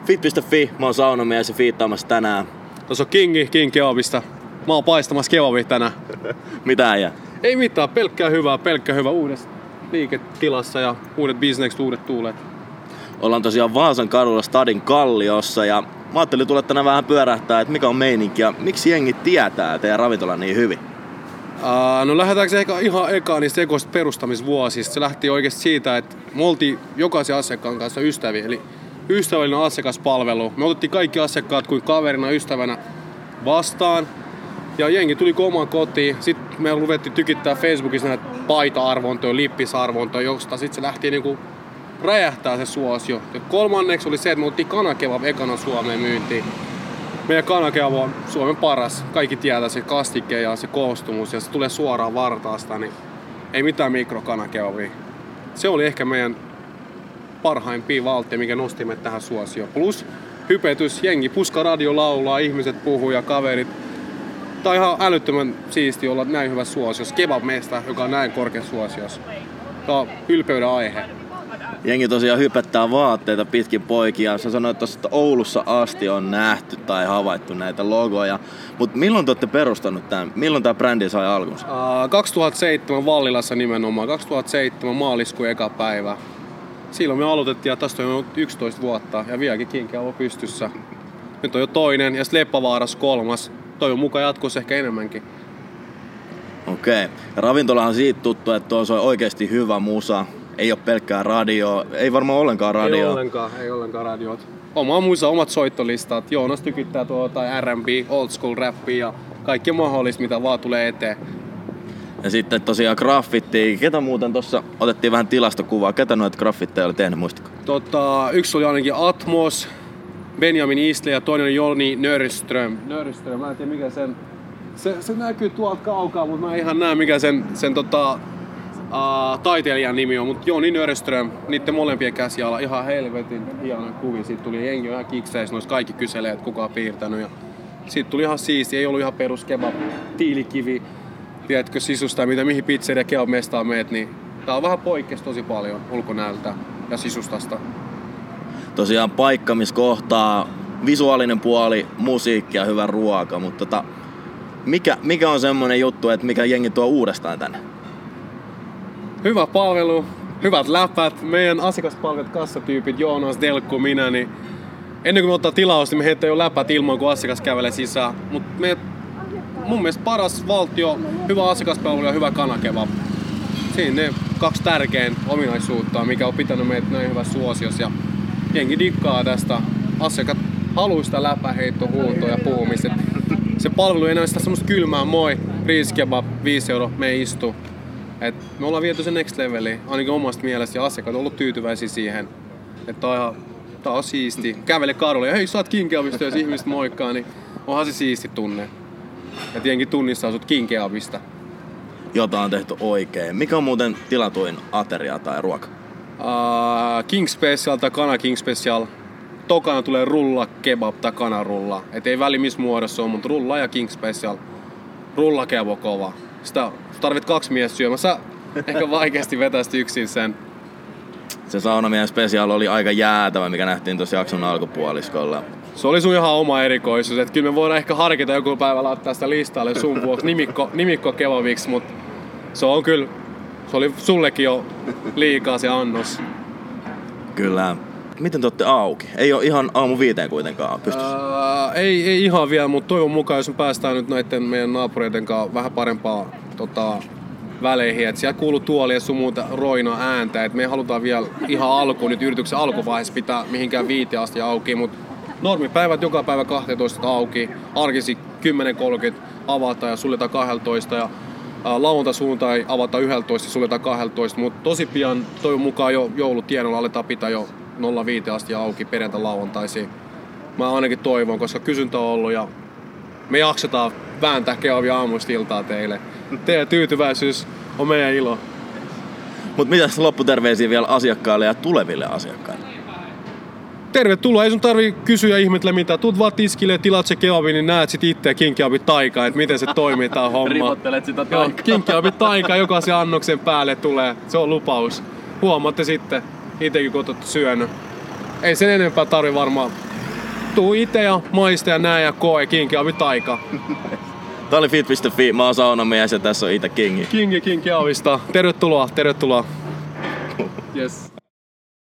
Fit.fi, mä oon saunamies ja fiittaamassa tänään. Tuossa on King kebabista. Mä oon paistamassa kebabia tänään. Mitä äijä? Ei mitään, pelkkää hyvää uudessa liiketilassa ja uudet bisnekset, uudet tuulet. Ollaan tosiaan Vaasan kadulla Stadin kalliossa ja mä ajattelin tulla tänään vähän pyörähtää, että mikä on meininki ja miksi jengi tietää teidän ravintolan niin hyvin? No lähdetäänkö ehkä ihan ekaan niistä ekoista perustamisvuosista. Se lähti oikeasti siitä, että me oltiin jokaisen asiakkaan kanssa ystäviä, eli ystävällinen asiakaspalvelu. Me otettiin kaikki asiakkaat kuin kaverina, ystävänä vastaan. Ja jengi tuli omaan kotiin. Sitten me ruvettiin tykittää Facebookissa näitä paita-arvontoja, lippisarvontoja, josta sitten se lähti niinku räjähtää se suosio. Ja kolmanneksi oli se, että me otettiin kanakebab ekana Suomeen myyntiin. Meidän kanakebab on Suomen paras. Kaikki tietää se kastike ja se koostumus ja se tulee suoraan vartaasta, niin ei mitään mikrokanakebabia. Se oli ehkä meidän parhaimpia valtteja, mikä nosti meidät tähän suosioon. Plus hypetys, jengi, puskaradio laulaa, ihmiset puhuu ja kaverit. Tää on ihan älyttömän siisti olla näin hyvä suosiossa. Kebab-mesta, joka on näin korkea suosiossa. Tää on ylpeyden aihe. Jengi tosiaan hypettää vaatteita pitkin poikia. Sä sanoit että Oulussa asti on nähty tai havaittu näitä logoja. Mutta milloin te olette perustanut tämän? Milloin tää brändi sai alkunsa? 2007 Vallilassa nimenomaan. 2007 maaliskuun eka päivä. Silloin me aloitettiin ja tästä on 11 vuotta ja vieläkin King on pystyssä. Nyt on jo toinen ja Leppävaaras kolmas. Toivon mukaan jatkossa ehkä enemmänkin. Okei. Ravintolahan on siitä tuttu, että tuossa on oikeasti hyvä musa. Ei oo pelkkää radio. Ei varmaan ollenkaan radio. Ei ollenkaan radiot. Oma musa, omat soittolistat. Joonas tykittää tuota R&B, old school rappia ja kaikki mahdollista, mitä vaan tulee eteen. Ja sitten tosiaan graffittia. Ketä muuten tossa otettiin vähän tilastokuvaa? Ketä noita graffitteja oli tehnyt, muistatko? Yksi oli ainakin Atmos, Benjamin Isle ja toinen on Joni Nörström. Mä en tiedä mikä sen... Se näkyy tuolta kaukaa, mutta mä en ihan näe mikä sen taiteilijan nimi on. Mutta Joni Nörström, niitten molempien käsiala, ihan helvetin hieno kuvia. Siitä tuli jengi ihan kikseissä, noissa kaikki kyselee, että kuka on piirtänyt. Ja siitä tuli ihan siisti, ei ollut ihan perus kebab, tiilikivi, tiedätkö sisusta ja mihin pizzeria kebab-mestaan meet, niin tää on vähän poikkeus tosi paljon ulkonäöltä ja sisustasta. Tosiaan paikka, missä kohtaa visuaalinen puoli, musiikki ja hyvä ruoka, mutta mikä on semmonen juttu, että mikä jengi tuo uudestaan tänne? Hyvä palvelu, hyvät läpät, meidän asiakaspalvelut, kassatyypit, Joonas, Delkku, minä, niin ennen kuin me ottaa tilausta, me heittää jo läpät ilman, kun asiakas kävelee sisään. Mutta mun mielestä paras valtio, hyvä asiakaspalvelu ja hyvä kanakebab. Siinä ne kaksi tärkein ominaisuutta, mikä on pitänyt meitä näin hyvä suosiossa. Ja jengi dikkaa tästä. Asiakat haluaa sitä läpäheittohuutoa ja puhumista. Se palvelu ei enää sitä semmoista kylmää, moi, riiskebab, 5 €, me ei istu. Et me ollaan viety sen next leveliin, ainakin omasta mielestä, ja asiakkaat on ollut tyytyväisiä siihen. Että tää on siisti. Kävele kadulle ja hei, sä oot King Kebabista, jos ihmiset moikkaa, niin onhan se siisti tunne. Et jengi tunnistaa sut King Kebabista. Jota on tehty oikein. Mikä on muuten tilatuin ateria tai ruoka? King Special tai Kana King Special. Tokana tulee rulla kebab tai kanarulla. Et ei väli missä muodossa on, mutta rulla ja King Special. Rulla kebab kova. Sitä tarvit 2 miestä syömässä. Ehkä vaikeasti vetäistä yksin sen. Se saunamiehen special oli aika jäätävä, mikä nähtiin tuossa jakson alkupuoliskolla. Se oli sun ihan oma erikoisuus. Et kyllä me voidaan ehkä harkita joku päivä laittaa sitä listalle sun vuoksi nimikko kebabiksi, mutta se oli sullekin jo liikaa se annos. Kyllä. Miten te ootte auki? Ei oo ihan aamu 5 kuitenkaan pystyssä. Ei ihan vielä, mutta toivon mukaan, jos me päästään nyt näiden meidän naapureiden kanssa vähän parempaa väleihin. Et siellä kuuluu tuolia ja sun muuta roinoa ääntä. Et me halutaan vielä ihan alkuun, nyt yrityksen alkuvaiheessa pitää mihinkään 5 asti auki. Mutta normipäivät joka päivä 12 auki. Arkisi 10.30 avataan ja suljetaan 12. Ja lauantai-suuntai avataan 11 ja suljetaan 12. Mutta tosi pian toivon mukaan jo joulutienolla aletaan pitää jo 05 asti auki perjantai-lauantaisiin. Mä ainakin toivon, koska kysyntä on ollut ja me jaksetaan vääntää kebabia aamuista iltaa teille. Teidän tyytyväisyys on meidän ilo. Mut mitäs lopputerveisiä vielä asiakkaille ja tuleville asiakkaille? Tervetuloa, ei sun tarvii kysyä ihmetellä mitään. Tuut vaan tiskille ja tilaat se kebabin, niin näet sit itse King Kebabin taikaa, että miten se toimii tää homma. Rivottelet sitä taikaa. King Kebabin taikaa jokaisen annoksen päälle tulee. Se on lupaus. Huomaatte sitten, itekin kun oot syönyt. Ei sen enempää tarvi varmaan tuu ite ja maista ja näe ja koe Kingi taika. Tää oli fit.fi, mä oon saunamies ja tässä on Itä Kingi. Kingi Avista. Tervetuloa. Yes.